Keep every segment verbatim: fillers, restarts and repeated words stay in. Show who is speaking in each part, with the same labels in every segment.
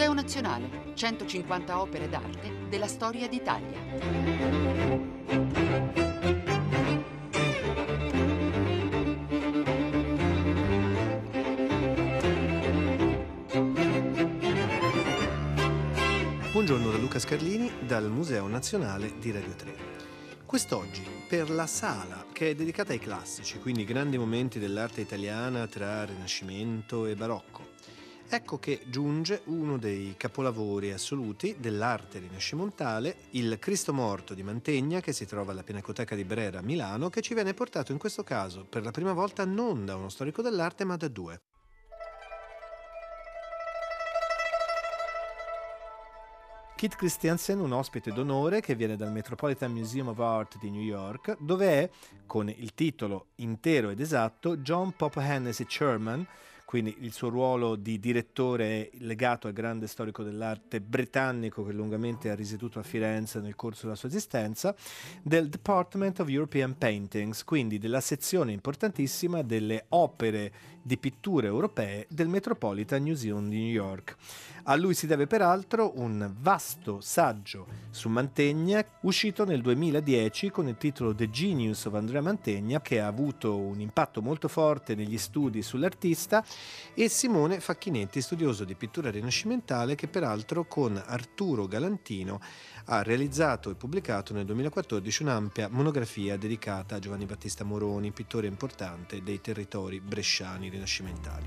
Speaker 1: Museo Nazionale, centocinquanta opere d'arte della storia d'Italia.
Speaker 2: Buongiorno da Luca Scarlini dal Museo Nazionale di Radio tre. Quest'oggi, per la sala che è dedicata ai classici, quindi grandi momenti dell'arte italiana tra Rinascimento e Barocco, ecco che giunge uno dei capolavori assoluti dell'arte rinascimentale, il Cristo Morto di Mantegna, che si trova alla Pinacoteca di Brera a Milano, che ci viene portato in questo caso per la prima volta non da uno storico dell'arte ma da due. Kit Christiansen, un ospite d'onore che viene dal Metropolitan Museum of Art di New York, dove è, con il titolo intero ed esatto, John Pope Hennessy Chairman, quindi il suo ruolo di direttore legato al grande storico dell'arte britannico che lungamente ha risieduto a Firenze nel corso della sua esistenza, del Department of European Paintings, quindi della sezione importantissima delle opere di pitture europee del Metropolitan Museum di New York. A lui si deve peraltro un vasto saggio su Mantegna uscito nel duemiladieci con il titolo The Genius of Andrea Mantegna, che ha avuto un impatto molto forte negli studi sull'artista, e Simone Facchinetti, studioso di pittura rinascimentale, che peraltro con Arturo Galantino ha realizzato e pubblicato nel duemilaquattordici un'ampia monografia dedicata a Giovanni Battista Moroni, pittore importante dei territori bresciani rinascimentali.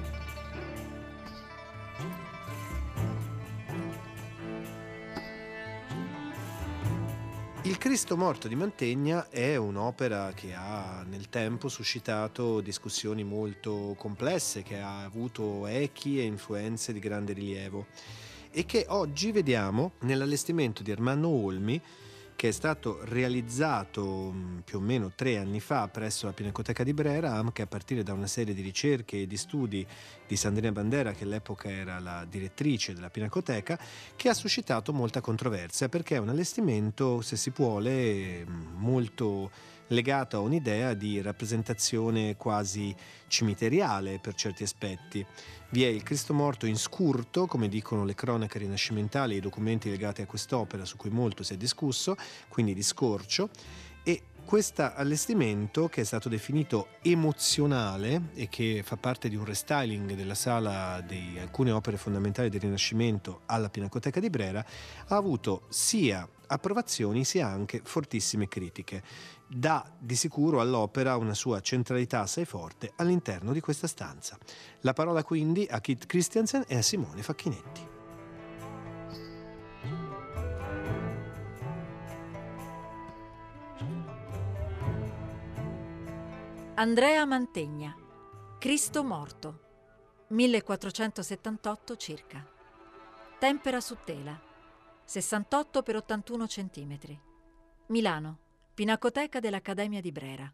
Speaker 2: Il Cristo Morto di Mantegna è un'opera che ha nel tempo suscitato discussioni molto complesse, che ha avuto echi e influenze di grande rilievo e che oggi vediamo nell'allestimento di Ermanno Olmi, che è stato realizzato più o meno tre anni fa presso la Pinacoteca di Brera, anche a partire da una serie di ricerche e di studi di Sandrina Bandera, che all'epoca era la direttrice della Pinacoteca, che ha suscitato molta controversia, perché è un allestimento, se si vuole, molto legato a un'idea di rappresentazione quasi cimiteriale per certi aspetti. Vi è il Cristo Morto in scurto, come dicono le cronache rinascimentali e i documenti legati a quest'opera su cui molto si è discusso, quindi di scorcio, e questo allestimento, che è stato definito emozionale e che fa parte di un restyling della sala di alcune opere fondamentali del Rinascimento alla Pinacoteca di Brera, ha avuto sia approvazioni sia anche fortissime critiche. Dà di sicuro all'opera una sua centralità assai forte all'interno di questa stanza. La parola quindi a Kit Christiansen e a Simone Facchinetti.
Speaker 3: Andrea Mantegna, Cristo Morto, millequattrocentosettantotto circa. Tempera su tela, sessantotto per ottantuno centimetri. Milano, Pinacoteca dell'Accademia di Brera.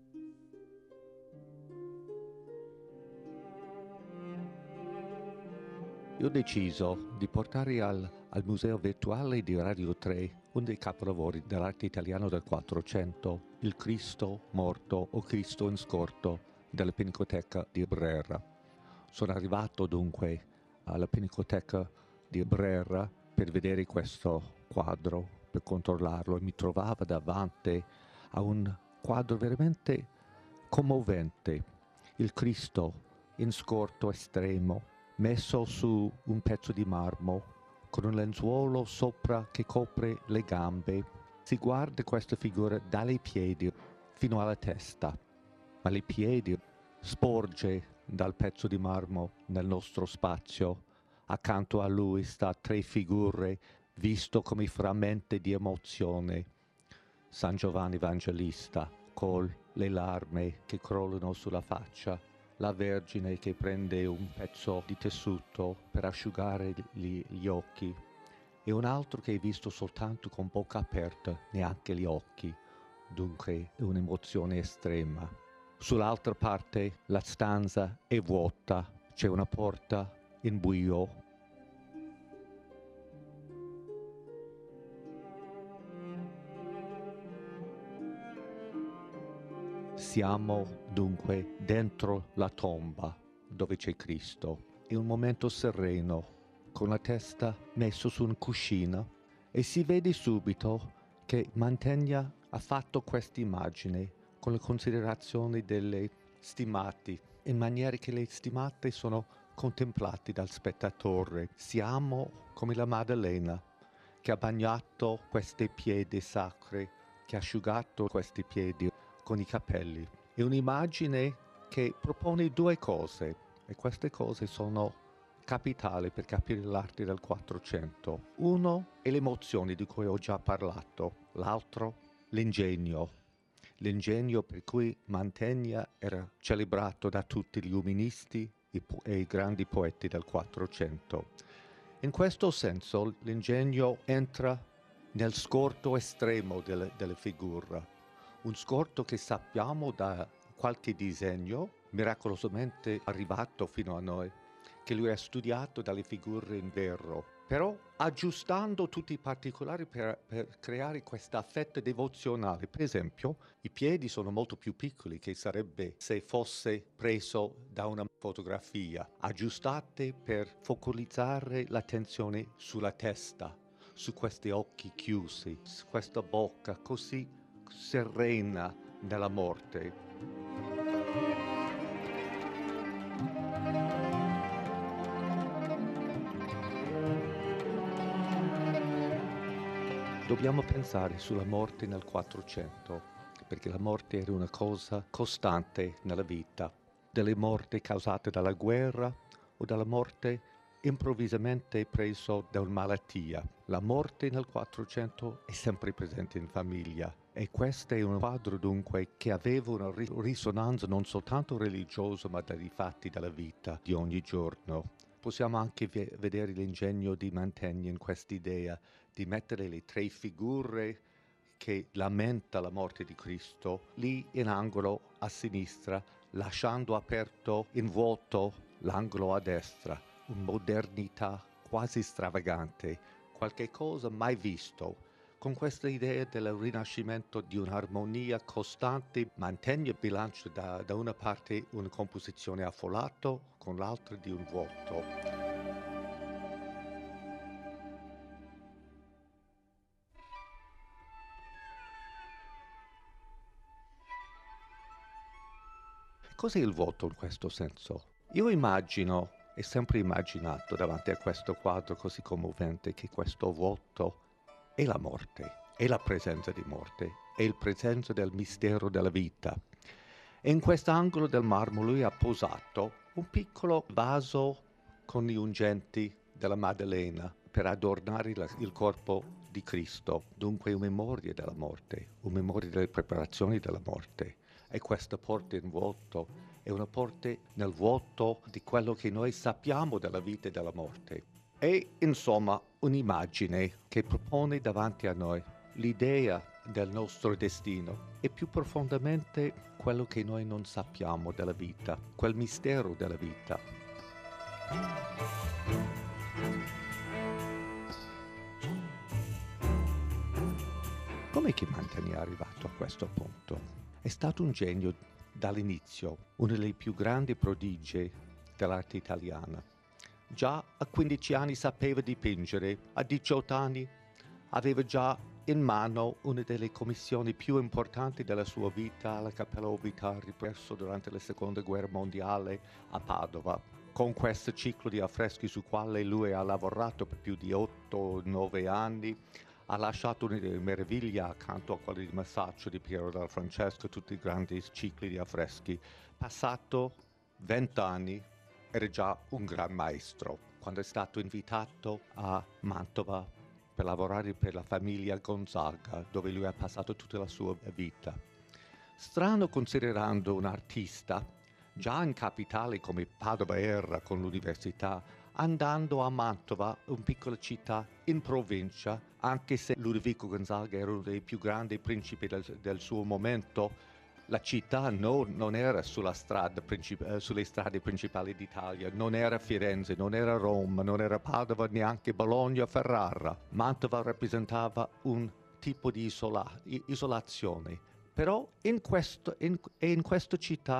Speaker 4: Io ho deciso di portare al, al Museo Virtuale di Radio tre uno dei capolavori dell'arte italiano del Quattrocento, il Cristo Morto o Cristo in Scorto della Pinacoteca di Brera. Sono arrivato dunque alla Pinacoteca di Brera per vedere questo quadro, per controllarlo, e mi trovavo davanti a un quadro veramente commovente, il Cristo in scorto estremo, messo su un pezzo di marmo, con un lenzuolo sopra che copre le gambe. Si guarda questa figura dalle piedi fino alla testa, ma le piedi sporge dal pezzo di marmo nel nostro spazio. Accanto a lui sta tre figure visto come frammenti di emozione. San Giovanni Evangelista con le larme che crollano sulla faccia, la Vergine che prende un pezzo di tessuto per asciugare gli, gli occhi, e un altro che è visto soltanto con bocca aperta, neanche gli occhi, dunque è un'emozione estrema. Sull'altra parte la stanza è vuota, c'è una porta in buio. Siamo dunque dentro la tomba dove c'è Cristo. È un momento sereno, con la testa messa su un cuscino, e si vede subito che Mantegna ha fatto questa immagine con le considerazioni delle stimati, in maniera che le stimate sono contemplate dal spettatore. Siamo come la Maddalena che ha bagnato questi piedi sacri, che ha asciugato questi piedi con i capelli. È un'immagine che propone due cose, e queste cose sono capitali per capire l'arte del Quattrocento. Uno è l'emozione di cui ho già parlato, l'altro l'ingegno. L'ingegno per cui Mantegna era celebrato da tutti gli umanisti e i grandi poeti del Quattrocento. In questo senso l'ingegno entra nel scorto estremo della, della figura, un scorto che sappiamo da qualche disegno miracolosamente arrivato fino a noi, che lui ha studiato dalle figure in ferro, però aggiustando tutti i particolari per, per creare questa affetto devozionale. Per esempio, i piedi sono molto più piccoli che sarebbe se fosse preso da una fotografia, aggiustate per focalizzare l'attenzione sulla testa, su questi occhi chiusi, su questa bocca così serena nella morte. Dobbiamo pensare sulla morte nel Quattrocento, perché la morte era una cosa costante nella vita. Delle morti causate dalla guerra o dalla morte improvvisamente preso da una malattia. La morte nel Quattrocento è sempre presente in famiglia, e questo è un quadro dunque che aveva una risonanza non soltanto religiosa ma dai fatti della vita di ogni giorno. Possiamo anche vedere l'ingegno di Mantegna in quest'idea di mettere le tre figure che lamenta la morte di Cristo lì in angolo a sinistra, lasciando aperto in vuoto l'angolo a destra. Una modernità quasi stravagante, qualche cosa mai visto. Con questa idea del rinascimento di un'armonia costante, Mantegna bilancia da, da una parte una composizione affollata, con l'altra di un vuoto. Cos'è il vuoto in questo senso? Io immagino, e sempre immaginato davanti a questo quadro così commovente, che questo vuoto è la morte, è la presenza di morte, è il presenza del mistero della vita. E in quest'angolo del marmo lui ha posato un piccolo vaso con gli ungenti della Maddalena per adornare la, il corpo di Cristo, dunque una memoria della morte, una memoria delle preparazioni della morte. E questa porta in vuoto è una porta nel vuoto di quello che noi sappiamo della vita e della morte. È insomma un'immagine che propone davanti a noi l'idea del nostro destino e più profondamente quello che noi non sappiamo della vita, quel mistero della vita. Come che Mantegna è arrivato a questo punto? È stato un genio dall'inizio, uno dei più grandi prodigi dell'arte italiana. Già a quindici anni sapeva dipingere, a diciotto anni aveva già in mano una delle commissioni più importanti della sua vita alla Cappella Obitari, perso durante la Seconda Guerra Mondiale a Padova. Con questo ciclo di affreschi su quale lui ha lavorato per più di otto nove anni, ha lasciato una meraviglia accanto a quelli di Masaccio, di Piero della Francesca, tutti i grandi cicli di affreschi. Passato vent'anni era già un gran maestro. Quando è stato invitato a Mantova per lavorare per la famiglia Gonzaga, dove lui ha passato tutta la sua vita. Strano considerando un artista, già in capitale come Padova era con l'università, andando a Mantova, una piccola città in provincia, anche se Ludovico Gonzaga era uno dei più grandi principi del, del suo momento, la città no, non era sulla strada princip- eh, sulle strade principali d'Italia, non era Firenze, non era Roma, non era Padova, neanche Bologna, Ferrara. Mantova rappresentava un tipo di isola- isolazione. Però in, questo, in, in questa città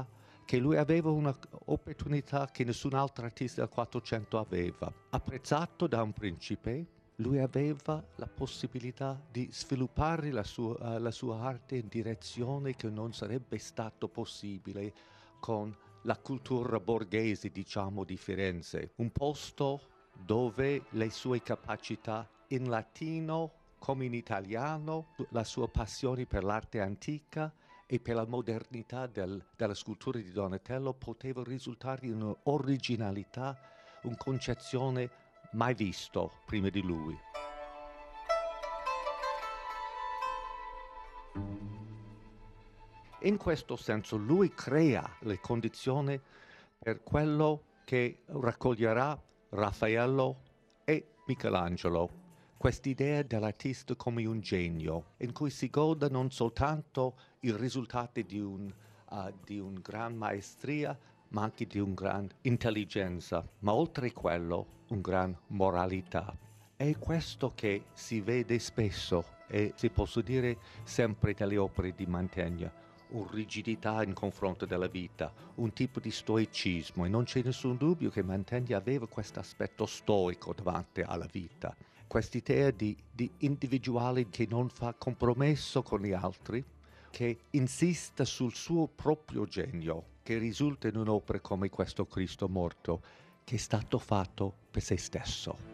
Speaker 4: che lui aveva un'opportunità che nessun altro artista del Quattrocento aveva. Apprezzato da un principe, lui aveva la possibilità di sviluppare la sua, uh, la sua arte in direzione che non sarebbe stato possibile con la cultura borghese, diciamo, di Firenze. Un posto dove le sue capacità in latino come in italiano, la sua passione per l'arte antica e per la modernità del, della scultura di Donatello poteva risultare in un'originalità, una concezione mai visto prima di lui. In questo senso lui crea le condizioni per quello che raccoglierà Raffaello e Michelangelo. Quest'idea dell'artista come un genio, in cui si goda non soltanto i risultati di un, uh, di un gran maestria, ma anche di un gran intelligenza, ma oltre quello, un gran moralità. È questo che si vede spesso e si può dire sempre nelle opere di Mantegna, una rigidità in confronto della vita, un tipo di stoicismo, e non c'è nessun dubbio che Mantegna aveva questo aspetto stoico davanti alla vita. Quest'idea di, di individuale che non fa compromesso con gli altri, che insiste sul suo proprio genio, che risulta in un'opera come questo Cristo morto, che è stato fatto per se stesso.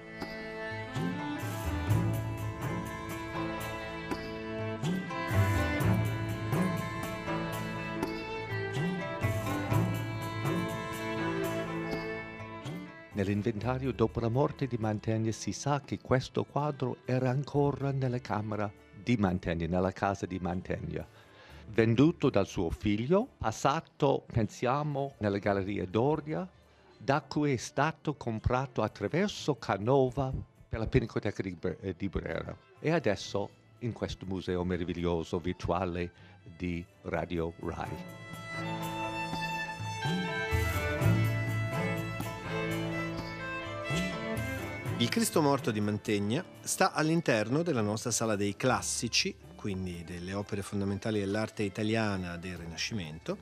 Speaker 4: Nell'inventario dopo la morte di Mantegna si sa che questo quadro era ancora nella camera di Mantegna, nella casa di Mantegna. Venduto dal suo figlio, passato, pensiamo, nella Galleria Doria, da cui è stato comprato attraverso Canova per la Pinacoteca di, di Brera. E adesso in questo museo meraviglioso virtuale di Radio Rai.
Speaker 2: Il Cristo morto di Mantegna sta all'interno della nostra sala dei classici, quindi delle opere fondamentali dell'arte italiana del Rinascimento,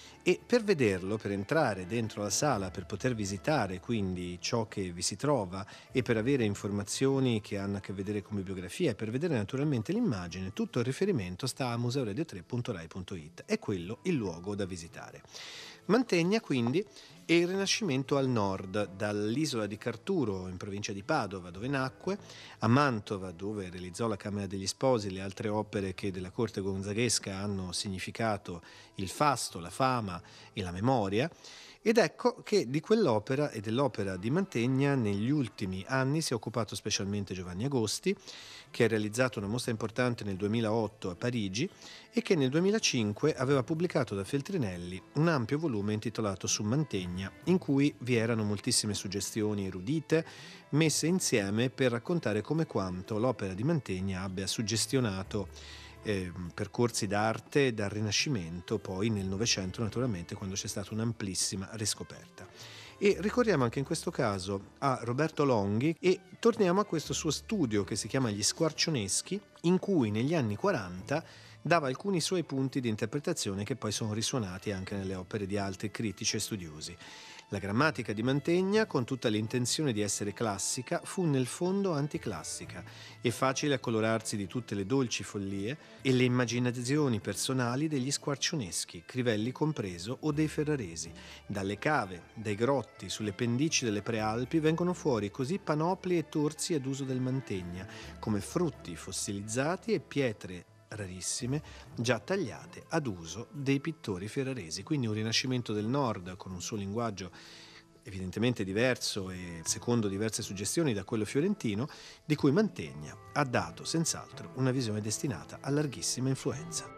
Speaker 2: e per vederlo, per entrare dentro la sala, per poter visitare quindi ciò che vi si trova e per avere informazioni che hanno a che vedere con bibliografia e per vedere naturalmente l'immagine, tutto il riferimento sta a museo radio tre punto rai punto it. È quello il luogo da visitare. Mantegna quindi è il Rinascimento al nord, dall'isola di Carturo in provincia di Padova dove nacque, a Mantova dove realizzò la Camera degli Sposi e le altre opere che della corte gonzaghesca hanno significato il fasto, la fama e la memoria. Ed ecco che di quell'opera e dell'opera di Mantegna negli ultimi anni si è occupato specialmente Giovanni Agosti, che ha realizzato una mostra importante nel duemilaotto a Parigi e che nel duemilacinque aveva pubblicato da Feltrinelli un ampio volume intitolato Su Mantegna, in cui vi erano moltissime suggestioni erudite messe insieme per raccontare come quanto l'opera di Mantegna abbia suggestionato Eh, percorsi d'arte dal Rinascimento, poi nel Novecento naturalmente, quando c'è stata un'amplissima riscoperta. E ricorriamo anche in questo caso a Roberto Longhi e torniamo a questo suo studio che si chiama Gli Squarcioneschi, in cui negli anni quaranta dava alcuni suoi punti di interpretazione che poi sono risuonati anche nelle opere di altri critici e studiosi. La grammatica di Mantegna, con tutta l'intenzione di essere classica, fu nel fondo anticlassica e facile accolorarsi di tutte le dolci follie e le immaginazioni personali degli squarcioneschi, Crivelli compreso, o dei ferraresi. Dalle cave, dai grotti, sulle pendici delle prealpi vengono fuori così panopli e torsi ad uso del Mantegna, come frutti fossilizzati e pietre rarissime, già tagliate ad uso dei pittori ferraresi. Quindi un rinascimento del nord con un suo linguaggio evidentemente diverso e secondo diverse suggestioni da quello fiorentino, di cui Mantegna ha dato senz'altro una visione destinata a larghissima influenza.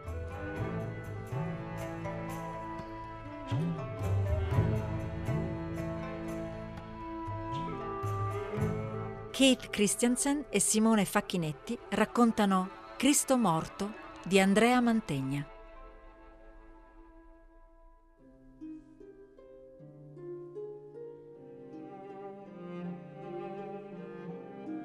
Speaker 3: Kate Christiansen e Simone Facchinetti raccontano Cristo morto di Andrea Mantegna.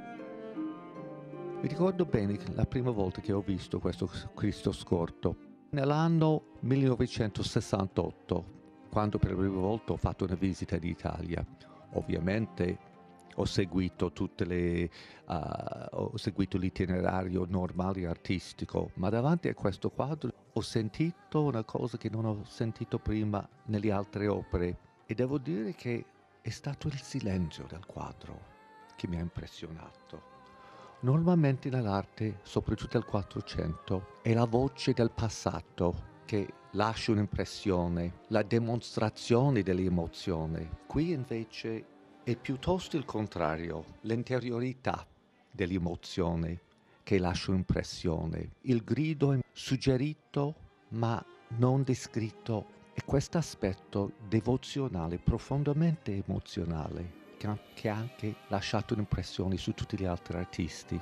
Speaker 4: Mi ricordo bene la prima volta che ho visto questo Cristo scorto. nell'anno millenovecentosessantotto, quando per la prima volta ho fatto una visita d'Italia. Ovviamente ho seguito tutte le uh, ho seguito l'itinerario normale artistico, ma davanti a questo quadro ho sentito una cosa che non ho sentito prima nelle altre opere, e devo dire che è stato il silenzio del quadro che mi ha impressionato. Normalmente nell'arte, soprattutto del Quattrocento, è la voce del passato che lascia un'impressione, la dimostrazione dell'emozione. Qui invece è piuttosto il contrario, l'interiorità dell'emozione che lascia un'impressione. Il grido è suggerito ma non descritto, e questo aspetto devozionale, profondamente emozionale, che ha anche lasciato un'impressione su tutti gli altri artisti.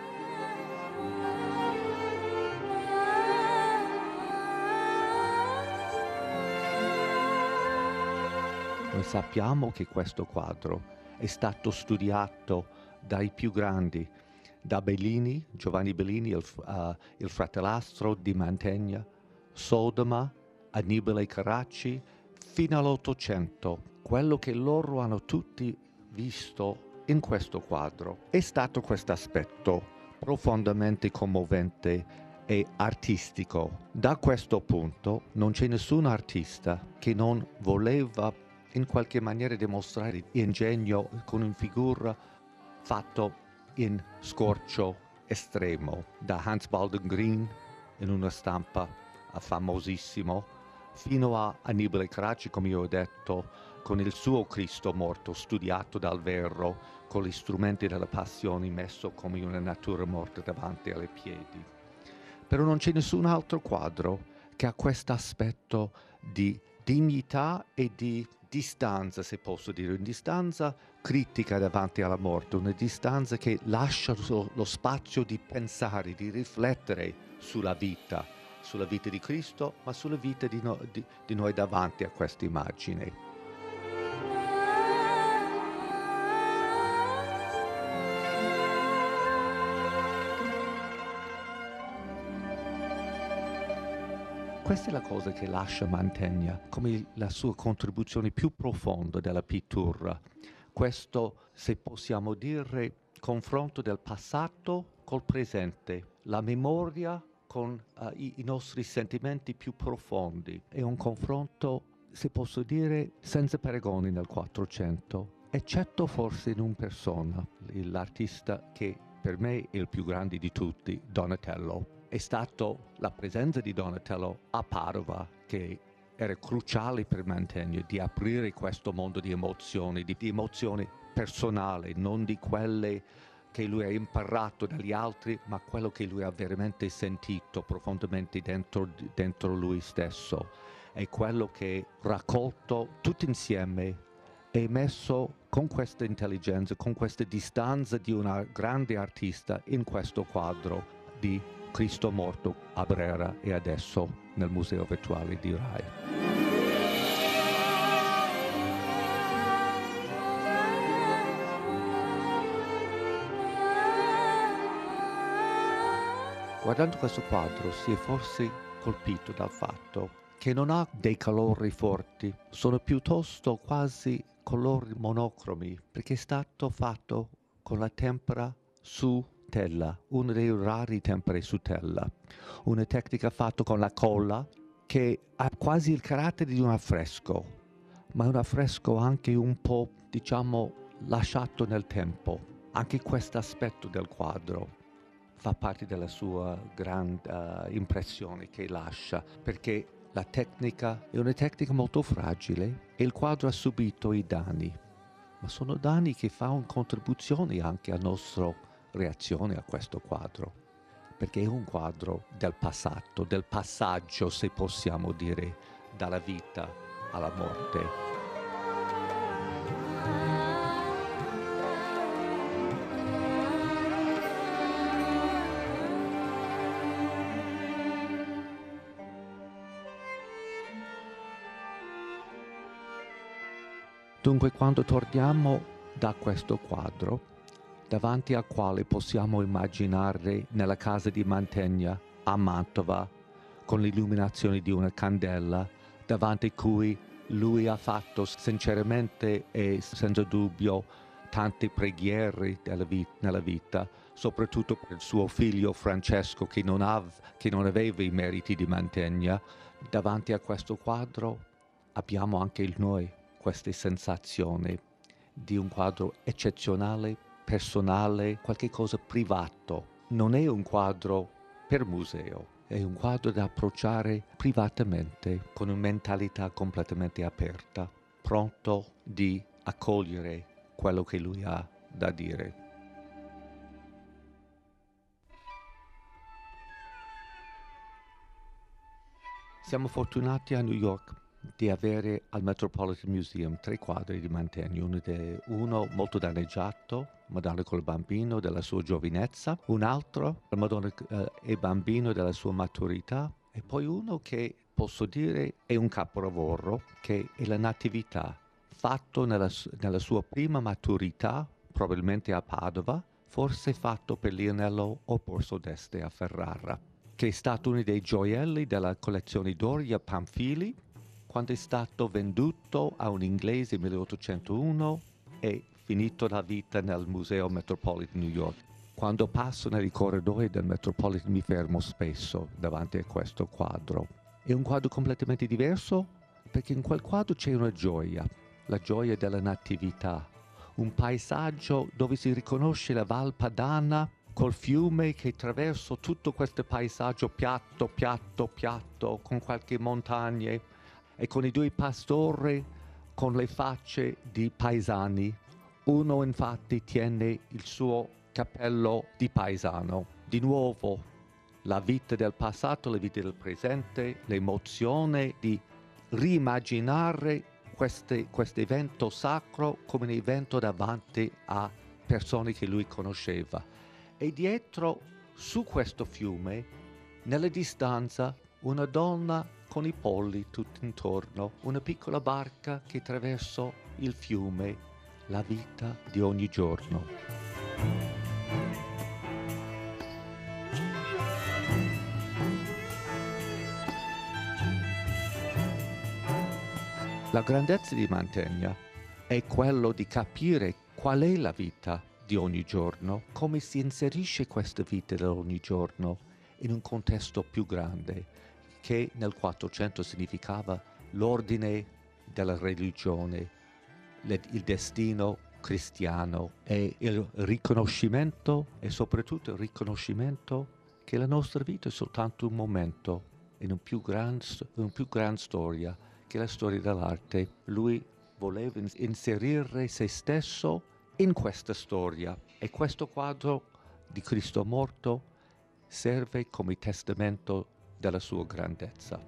Speaker 4: Noi sappiamo che questo quadro è stato studiato dai più grandi, da Bellini, Giovanni Bellini, il, uh, il fratellastro di Mantegna, Sodoma, Annibale Carracci, fino all'Ottocento. Quello che loro hanno tutti visto in questo quadro è stato questo aspetto profondamente commovente e artistico. Da questo punto non c'è nessun artista che non voleva in qualche maniera dimostrare ingegno con una figura fatto in scorcio estremo, da Hans Baldung Grien in una stampa famosissimo, fino a Annibale Carracci, come io ho detto, con il suo Cristo morto studiato dal Verro, con gli strumenti della passione messo come una natura morta davanti alle piedi. Però non c'è nessun altro quadro che ha questo aspetto di dignità e di distanza, se posso dire, una distanza critica davanti alla morte, una distanza che lascia lo spazio di pensare, di riflettere sulla vita, sulla vita di Cristo, ma sulla vita di, no, di, di noi davanti a questa immagine. Questa è la cosa che lascia Mantegna come la sua contribuzione più profonda della pittura. Questo, se possiamo dire, confronto del passato col presente, la memoria con uh, i, i nostri sentimenti più profondi. È un confronto, se posso dire, senza paragoni nel Quattrocento, eccetto forse in una persona, l'artista che per me è il più grande di tutti, Donatello. È stato la presenza di Donatello a Padova che era cruciale per Mantegna di aprire questo mondo di emozioni, di, di emozioni personali, non di quelle che lui ha imparato dagli altri, ma quello che lui ha veramente sentito profondamente dentro, dentro lui stesso. È quello che raccolto tutto insieme e messo con questa intelligenza, con questa distanza di una grande artista in questo quadro di Cristo morto a Brera e adesso nel Museo Virtuale di Rai. Guardando questo quadro si è forse colpito dal fatto che non ha dei colori forti, sono piuttosto quasi colori monocromi, perché è stato fatto con la tempera su tela, uno dei rari tempere su tela, una tecnica fatta con la colla che ha quasi il carattere di un affresco, ma è un affresco anche un po', diciamo, lasciato nel tempo. Anche questo aspetto del quadro fa parte della sua grande uh, impressione che lascia, perché la tecnica è una tecnica molto fragile e il quadro ha subito i danni, ma sono danni che fa una contribuzione anche al nostro reazione a questo quadro, perché è un quadro del passato, del passaggio, se possiamo dire, dalla vita alla morte. Dunque, quando torniamo da questo quadro, davanti al quale possiamo immaginare nella casa di Mantegna a Mantova con l'illuminazione di una candela, davanti a cui lui ha fatto sinceramente e senza dubbio tante preghiere della vita, nella vita, soprattutto per il suo figlio Francesco che non, av- che non aveva i meriti di Mantegna. Davanti a questo quadro abbiamo anche il noi, queste sensazioni di un quadro eccezionale, personale, qualche cosa privato. Non è un quadro per museo, è un quadro da approcciare privatamente, con una mentalità completamente aperta, pronto di accogliere quello che lui ha da dire. Siamo fortunati a New York di avere al Metropolitan Museum tre quadri di Mantegna, uno, de, uno molto danneggiato, Madonna col bambino della sua giovinezza, un altro, la Madonna eh, e bambino della sua maturità, e poi uno che posso dire è un capolavoro, che è la Natività, fatto nella, nella sua prima maturità, probabilmente a Padova, forse fatto per Lionello o Borso d'Este a Ferrara, che è stato uno dei gioielli della collezione Doria Pamphili, quando è stato venduto a un inglese nel milleottocentouno e finito la vita nel Museo Metropolitan New York. Quando passo nei corridoi del Metropolitan mi fermo spesso davanti a questo quadro. È un quadro completamente diverso perché in quel quadro c'è una gioia, la gioia della natività, un paesaggio dove si riconosce la Val Padana col fiume che attraversa tutto questo paesaggio piatto, piatto, piatto, con qualche montagna, e con i due pastori con le facce di paesani. Uno infatti tiene il suo cappello di paesano. Di nuovo la vita del passato, la vita del presente, l'emozione di riimmaginare questo evento sacro come un evento davanti a persone che lui conosceva. E dietro, su questo fiume, nella distanza, una donna con i polli tutto intorno, una piccola barca che attraversa il fiume, la vita di ogni giorno. La grandezza di Mantegna è quello di capire qual è la vita di ogni giorno, come si inserisce questa vita di ogni giorno in un contesto più grande, che nel quattrocento significava l'ordine della religione, le, il destino cristiano e il riconoscimento, e soprattutto il riconoscimento che la nostra vita è soltanto un momento in un più gran, una più gran storia, che è la storia dell'arte. Lui voleva inserire se stesso in questa storia, e questo quadro di Cristo morto serve come testamento della sua grandezza.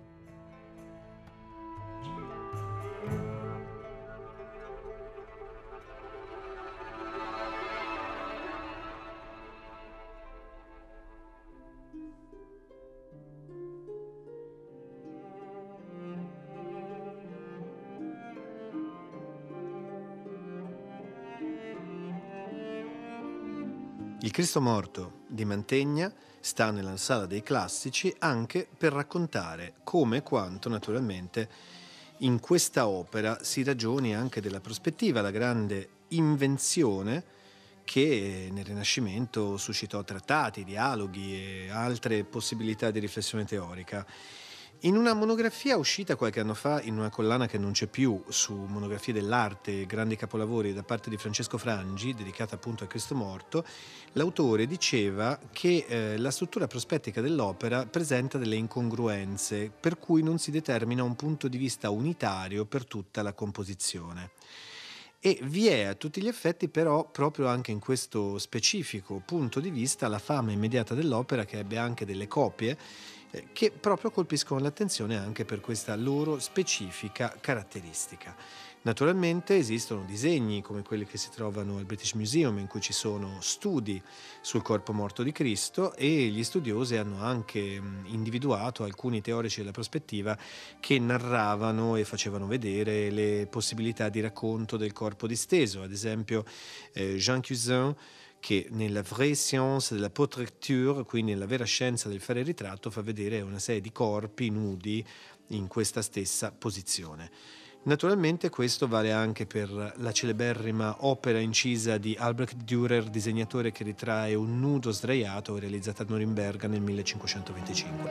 Speaker 2: Il Cristo morto di Mantegna sta nella Sala dei Classici anche per raccontare come e quanto, naturalmente, in questa opera si ragioni anche della prospettiva, la grande invenzione che nel Rinascimento suscitò trattati, dialoghi e altre possibilità di riflessione teorica. In una monografia uscita qualche anno fa, in una collana che non c'è più, su monografie dell'arte, grandi capolavori da parte di Francesco Frangi, dedicata appunto a Cristo morto, l'autore diceva che eh, la struttura prospettica dell'opera presenta delle incongruenze, per cui non si determina un punto di vista unitario per tutta la composizione. E vi è a tutti gli effetti però proprio anche in questo specifico punto di vista la fama immediata dell'opera, che ebbe anche delle copie eh, che proprio colpiscono l'attenzione anche per questa loro specifica caratteristica. Naturalmente esistono disegni come quelli che si trovano al British Museum, in cui ci sono studi sul corpo morto di Cristo, e gli studiosi hanno anche individuato alcuni teorici della prospettiva che narravano e facevano vedere le possibilità di racconto del corpo disteso. Ad esempio eh, Jean Cuzin, che nella vraie science de la portraiture, quindi nella vera scienza del fare ritratto, fa vedere una serie di corpi nudi in questa stessa posizione. Naturalmente questo vale anche per la celeberrima opera incisa di Albrecht Dürer, disegnatore che ritrae un nudo sdraiato, realizzata a Norimberga nel millecinquecentoventicinque.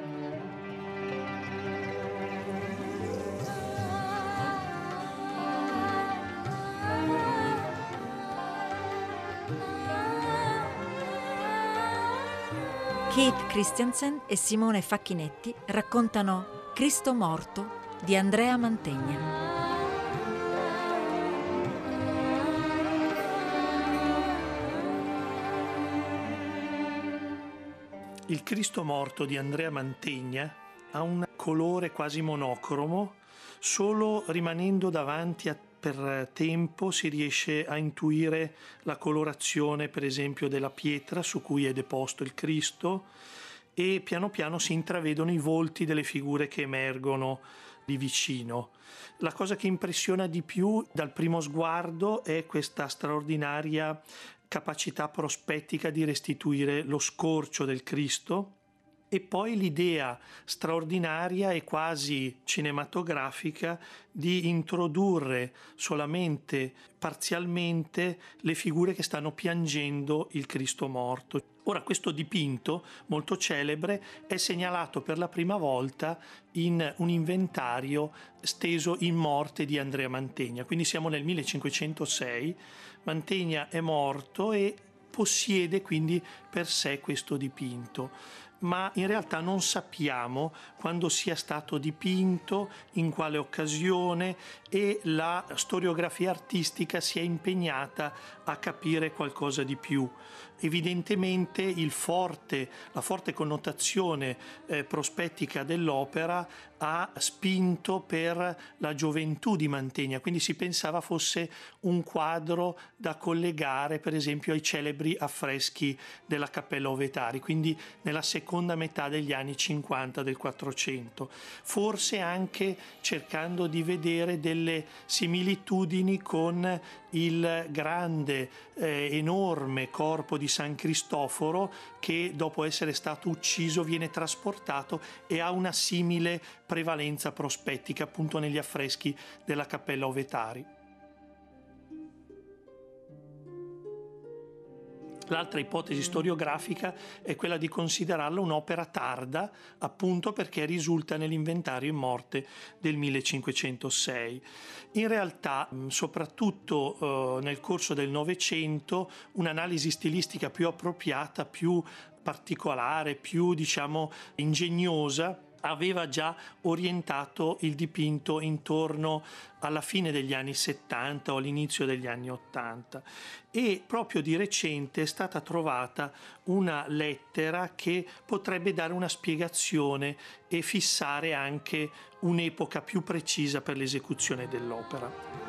Speaker 3: Kate Christiansen e Simone Facchinetti raccontano Cristo morto di Andrea Mantegna.
Speaker 5: Il Cristo morto di Andrea Mantegna ha un colore quasi monocromo, solo rimanendo davanti a, per tempo si riesce a intuire la colorazione, per esempio, della pietra su cui è deposto il Cristo, e piano piano si intravedono i volti delle figure che emergono di vicino. La cosa che impressiona di più dal primo sguardo è questa straordinaria capacità prospettica di restituire lo scorcio del Cristo, e poi l'idea straordinaria e quasi cinematografica di introdurre solamente parzialmente le figure che stanno piangendo il Cristo morto. Ora, questo dipinto molto celebre è segnalato per la prima volta in un inventario steso in morte di Andrea Mantegna, quindi siamo nel millecinquecentosei, Mantegna è morto e possiede quindi per sé questo dipinto, ma in realtà non sappiamo quando sia stato dipinto, in quale occasione, e la storiografia artistica si è impegnata a capire qualcosa di più. Evidentemente il forte, la forte connotazione eh, prospettica dell'opera ha spinto per la gioventù di Mantegna, quindi si pensava fosse un quadro da collegare per esempio ai celebri affreschi della Cappella Ovetari, quindi nella seconda metà degli anni cinquanta del Quattrocento, forse anche cercando di vedere delle similitudini con il grande, eh, enorme corpo di San Cristoforo che dopo essere stato ucciso viene trasportato e ha una simile prevalenza prospettica appunto negli affreschi della Cappella Ovetari. L'altra ipotesi storiografica è quella di considerarla un'opera tarda, appunto perché risulta nell'inventario in morte del millecinquecentosei. In realtà, soprattutto eh, nel corso del Novecento, un'analisi stilistica più appropriata, più particolare, più diciamo ingegnosa, aveva già orientato il dipinto intorno alla fine degli anni settanta o all'inizio degli anni ottanta, e proprio di recente è stata trovata una lettera che potrebbe dare una spiegazione e fissare anche un'epoca più precisa per l'esecuzione dell'opera.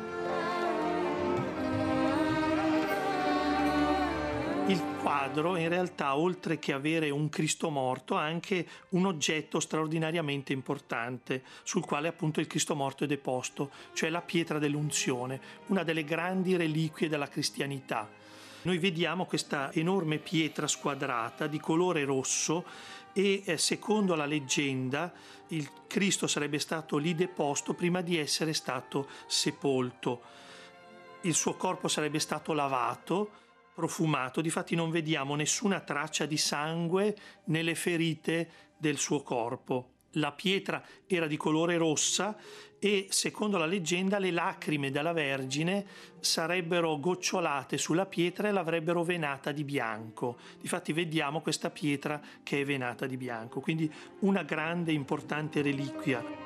Speaker 5: Il quadro in realtà, oltre che avere un Cristo morto, ha anche un oggetto straordinariamente importante sul quale appunto il Cristo morto è deposto, cioè la pietra dell'unzione, una delle grandi reliquie della cristianità. Noi vediamo questa enorme pietra squadrata di colore rosso e eh, secondo la leggenda il Cristo sarebbe stato lì deposto prima di essere stato sepolto. Il suo corpo sarebbe stato lavato, profumato, difatti non vediamo nessuna traccia di sangue nelle ferite del suo corpo. La pietra era di colore rossa e, secondo la leggenda, le lacrime della Vergine sarebbero gocciolate sulla pietra e l'avrebbero venata di bianco. Difatti vediamo questa pietra che è venata di bianco, quindi una grande e importante reliquia.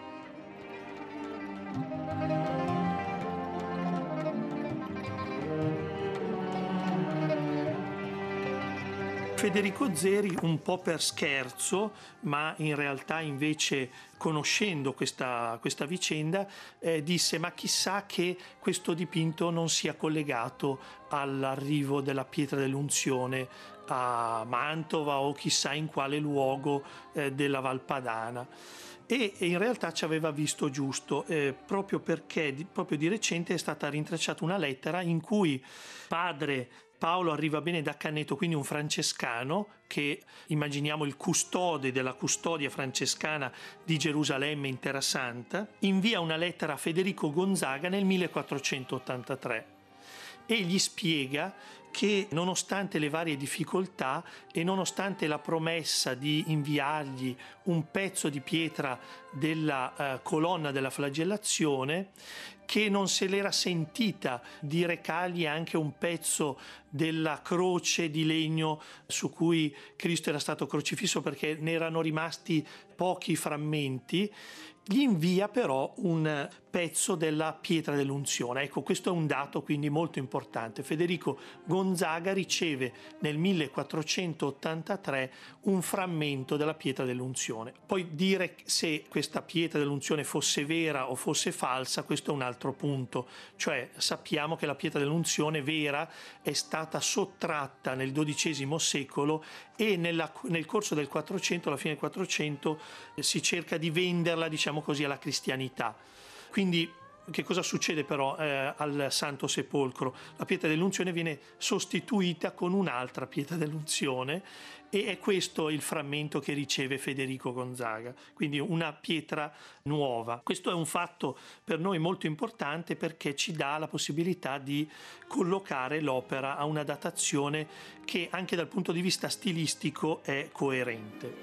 Speaker 5: Federico Zeri, un po' per scherzo, ma in realtà invece conoscendo questa, questa vicenda, eh, disse: ma chissà che questo dipinto non sia collegato all'arrivo della pietra dell'unzione a Mantova o chissà in quale luogo eh, della Val Padana. e in realtà ci aveva visto giusto, eh, proprio perché di, proprio di recente è stata rintracciata una lettera in cui padre Paolo Arrivabene da Canneto, quindi un francescano, che immaginiamo il custode della custodia francescana di Gerusalemme in Terra Santa, invia una lettera a Federico Gonzaga nel millequattrocentottantatré e gli spiega che nonostante le varie difficoltà e nonostante la promessa di inviargli un pezzo di pietra della eh, colonna della flagellazione, che non se l'era sentita di recargli anche un pezzo della croce di legno su cui Cristo era stato crocifisso, perché ne erano rimasti pochi frammenti, gli invia però un pezzo della pietra dell'unzione. Ecco, questo è un dato quindi molto importante. Federico Gonzaga riceve nel millequattrocentottantatré un frammento della pietra dell'unzione. Poi dire se questa pietra dell'unzione fosse vera o fosse falsa, questo è un altro punto. Cioè sappiamo che la pietra dell'unzione vera è stata sottratta nel dodicesimo secolo e nella, nel corso del quattrocento, alla fine del quattrocento, eh, si cerca di venderla, diciamo così, alla cristianità. Quindi che cosa succede però eh, al Santo Sepolcro? La pietra dell'unzione viene sostituita con un'altra pietra dell'unzione e è questo il frammento che riceve Federico Gonzaga, quindi una pietra nuova. Questo è un fatto per noi molto importante perché ci dà la possibilità di collocare l'opera a una datazione che anche dal punto di vista stilistico è coerente.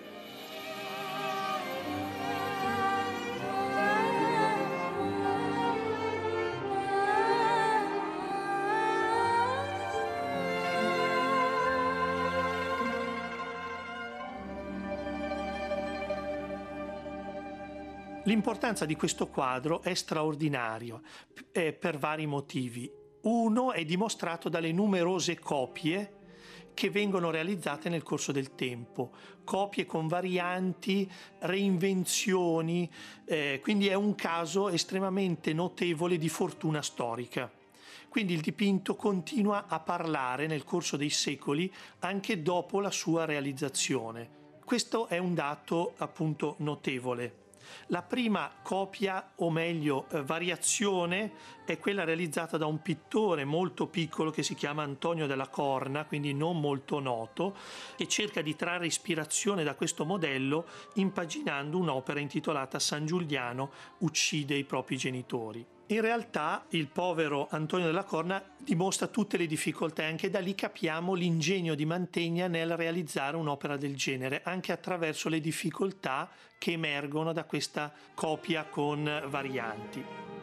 Speaker 5: L'importanza di questo quadro è straordinario eh, per vari motivi. Uno è dimostrato dalle numerose copie che vengono realizzate nel corso del tempo, copie con varianti, reinvenzioni, eh, quindi è un caso estremamente notevole di fortuna storica. Quindi il dipinto continua a parlare nel corso dei secoli anche dopo la sua realizzazione. Questo è un dato appunto notevole. La prima copia, o meglio eh, variazione, è quella realizzata da un pittore molto piccolo che si chiama Antonio della Corna, quindi non molto noto, che cerca di trarre ispirazione da questo modello impaginando un'opera intitolata San Giuliano uccide i propri genitori. In realtà il povero Antonio della Corna dimostra tutte le difficoltà e anche da lì capiamo l'ingegno di Mantegna nel realizzare un'opera del genere, anche attraverso le difficoltà che emergono da questa copia con varianti.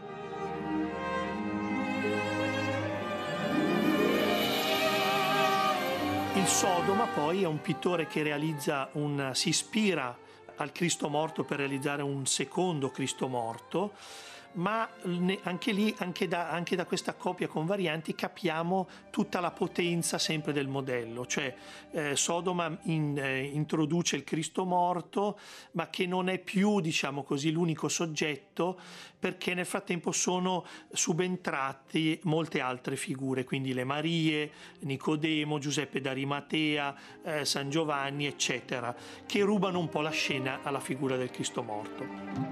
Speaker 5: Il Sodoma poi è un pittore che realizza un, si ispira al Cristo morto per realizzare un secondo Cristo morto, ma anche lì, anche da, anche da questa copia con varianti capiamo tutta la potenza sempre del modello, cioè eh, Sodoma in, eh, introduce il Cristo morto, ma che non è più, diciamo così, l'unico soggetto, perché nel frattempo sono subentrati molte altre figure, quindi le Marie, Nicodemo, Giuseppe d'Arimatea, eh, San Giovanni, eccetera, che rubano un po' la scena alla figura del Cristo morto.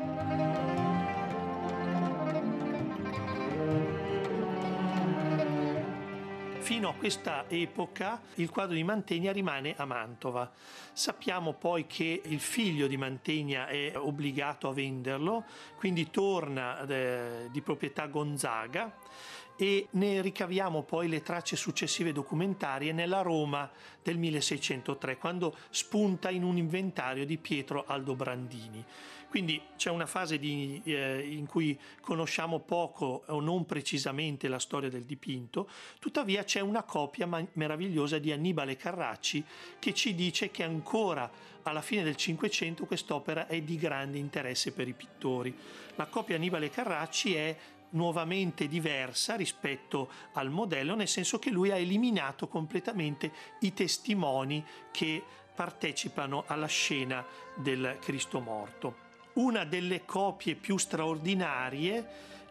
Speaker 5: Fino a questa epoca il quadro di Mantegna rimane a Mantova. Sappiamo poi che il figlio di Mantegna è obbligato a venderlo, quindi torna eh, di proprietà Gonzaga e ne ricaviamo poi le tracce successive documentarie nella Roma del milleseicentotre, quando spunta in un inventario di Pietro Aldobrandini. Quindi c'è una fase di, eh, in cui conosciamo poco o non precisamente la storia del dipinto, tuttavia c'è una copia ma- meravigliosa di Annibale Carracci che ci dice che ancora alla fine del Cinquecento quest'opera è di grande interesse per i pittori. La copia Annibale Carracci è nuovamente diversa rispetto al modello, nel senso che lui ha eliminato completamente i testimoni che partecipano alla scena del Cristo morto. Una delle copie più straordinarie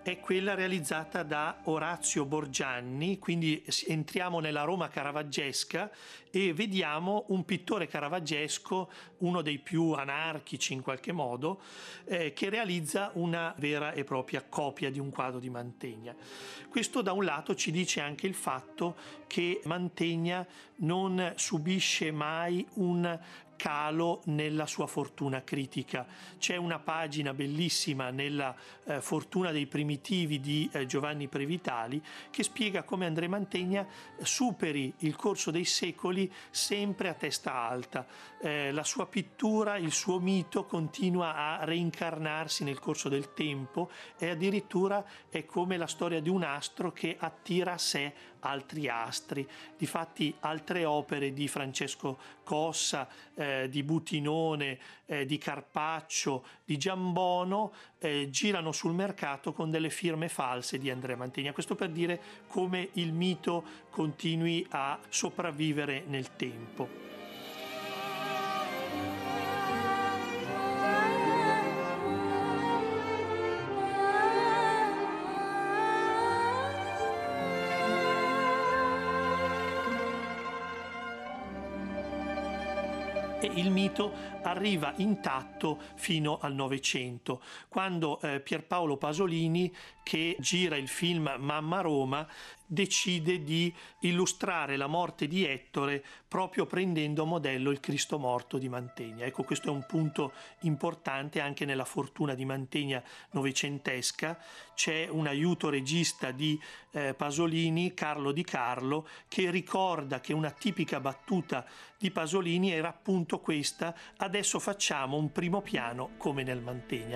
Speaker 5: è quella realizzata da Orazio Borgianni, quindi entriamo nella Roma caravaggesca e vediamo un pittore caravaggesco, uno dei più anarchici in qualche modo, eh, che realizza una vera e propria copia di un quadro di Mantegna. Questo da un lato ci dice anche il fatto che Mantegna non subisce mai un calo nella sua fortuna critica. C'è una pagina bellissima nella eh, Fortuna dei primitivi di eh, Giovanni Previtali che spiega come Andrea Mantegna superi il corso dei secoli sempre a testa alta. Eh, la sua pittura, il suo mito continua a reincarnarsi nel corso del tempo e addirittura è come la storia di un astro che attira a sé altri astri. Difatti altre opere di Francesco Cossa, eh, di Butinone, eh, di Carpaccio, di Giambono eh, girano sul mercato con delle firme false di Andrea Mantegna. Questo per dire come il mito continui a sopravvivere nel tempo. E il mito arriva intatto fino al Novecento, quando eh, Pierpaolo Pasolini, che gira il film Mamma Roma, decide di illustrare la morte di Ettore proprio prendendo a modello il Cristo morto di Mantegna. Ecco, questo è un punto importante anche nella fortuna di Mantegna novecentesca. C'è un aiuto regista di eh, Pasolini, Carlo Di Carlo, che ricorda che una tipica battuta di Pasolini era appunto questa: adesso facciamo un primo piano come nel Mantegna.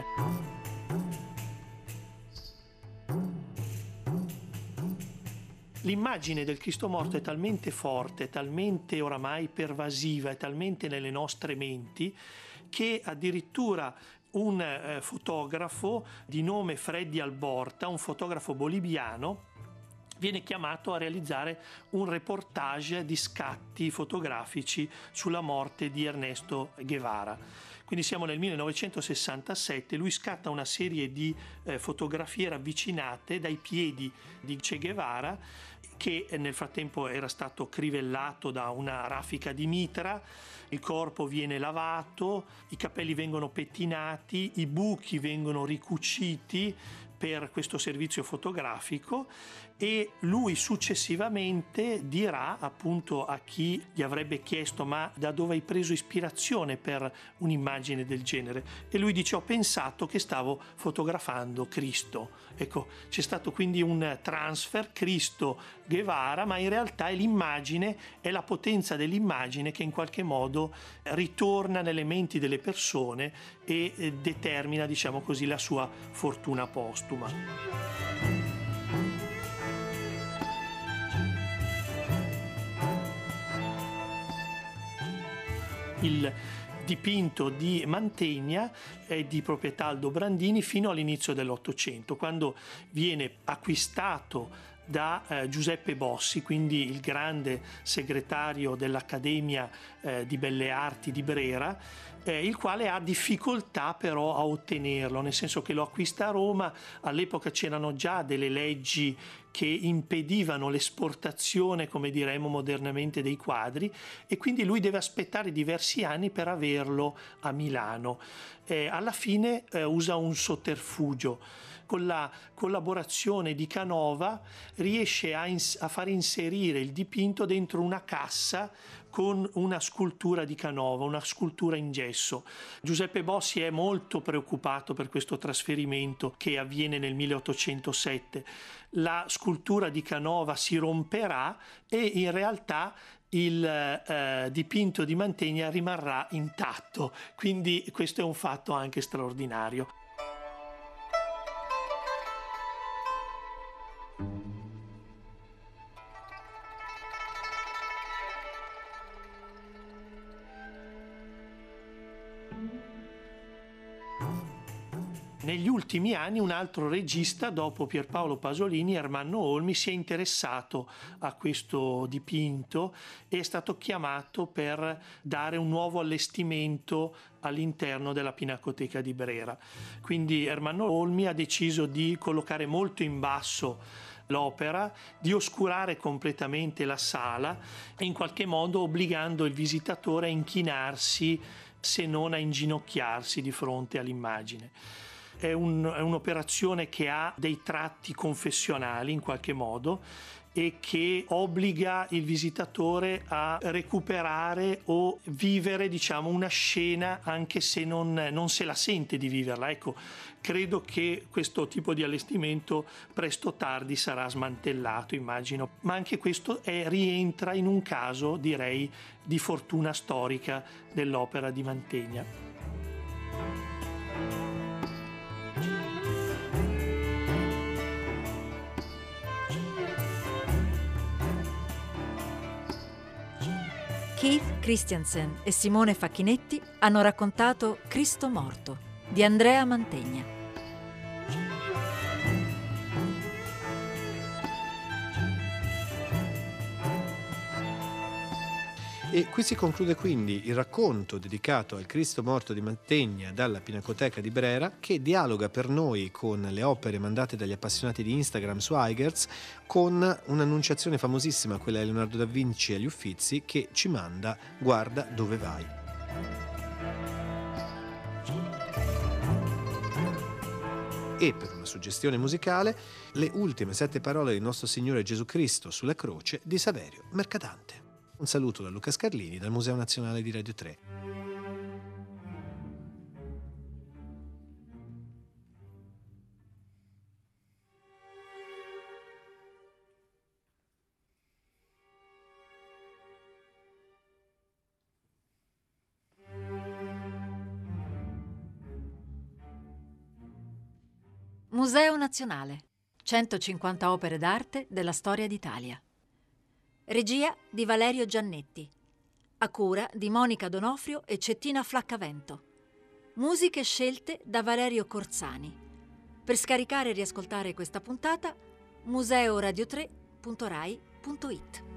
Speaker 5: L'immagine del Cristo morto è talmente forte, talmente oramai pervasiva, è talmente nelle nostre menti che addirittura un eh, fotografo di nome Freddy Alborta, un fotografo boliviano, viene chiamato a realizzare un reportage di scatti fotografici sulla morte di Ernesto Guevara. Quindi siamo nel millenovecentosessantasette, lui scatta una serie di eh, fotografie ravvicinate dai piedi di Che Guevara, che nel frattempo era stato crivellato da una raffica di mitra. Il corpo viene lavato, i capelli vengono pettinati, i buchi vengono ricuciti per questo servizio fotografico, e lui successivamente dirà appunto a chi gli avrebbe chiesto: ma da dove hai preso ispirazione per un'immagine del genere? E lui dice: ho pensato che stavo fotografando Cristo. Ecco, c'è stato quindi un transfer Cristo Guevara, ma in realtà è l'immagine, è la potenza dell'immagine che in qualche modo ritorna nelle menti delle persone e determina, diciamo così, la sua fortuna postuma. Il dipinto di Mantegna è di proprietà Aldo Brandini fino all'inizio dell'Ottocento, quando viene acquistato da eh, Giuseppe Bossi, quindi il grande segretario dell'Accademia eh, di Belle Arti di Brera, eh, il quale ha difficoltà però a ottenerlo, nel senso che lo acquista a Roma. All'epoca c'erano già delle leggi che impedivano l'esportazione, come diremmo modernamente, dei quadri, e quindi lui deve aspettare diversi anni per averlo a Milano. Eh, alla fine eh, usa un sotterfugio. Con la collaborazione di Canova riesce a, ins- a far inserire il dipinto dentro una cassa con una scultura di Canova, una scultura in gesso. Giuseppe Bossi è molto preoccupato per questo trasferimento che avviene nel milleottocentosette. La scultura di Canova si romperà e in realtà il eh, dipinto di Mantegna rimarrà intatto, quindi questo è un fatto anche straordinario. Negli ultimi anni un altro regista, dopo Pierpaolo Pasolini, Ermanno Olmi, si è interessato a questo dipinto e è stato chiamato per dare un nuovo allestimento all'interno della Pinacoteca di Brera. Quindi Ermanno Olmi ha deciso di collocare molto in basso l'opera, di oscurare completamente la sala e in qualche modo obbligando il visitatore a inchinarsi, se non a inginocchiarsi di fronte all'immagine. È, un, è un'operazione che ha dei tratti confessionali in qualche modo e che obbliga il visitatore a recuperare o vivere, diciamo, una scena anche se non, non se la sente di viverla. Ecco, credo che questo tipo di allestimento presto o tardi sarà smantellato, immagino, ma anche questo è, rientra in un caso, direi, di fortuna storica dell'opera di Mantegna.
Speaker 3: Keith Christiansen e Simone Facchinetti hanno raccontato Cristo morto di Andrea Mantegna.
Speaker 2: E qui si conclude quindi il racconto dedicato al Cristo morto di Mantegna dalla Pinacoteca di Brera, che dialoga per noi con le opere mandate dagli appassionati di Instagram su iGirls, con un'annunciazione famosissima, quella di Leonardo da Vinci agli Uffizi, che ci manda "Guarda dove vai". E per una suggestione musicale, le ultime sette parole di Nostro Signore Gesù Cristo sulla croce di Saverio Mercadante. Un saluto da Luca Scarlini dal Museo Nazionale di Radio tre.
Speaker 3: Museo Nazionale. centocinquanta opere d'arte della storia d'Italia. Regia di Valerio Giannetti. A cura di Monica Donofrio e Cettina Flaccavento. Musiche scelte da Valerio Corzani. Per scaricare e riascoltare questa puntata, museo radio tre punto rai punto it.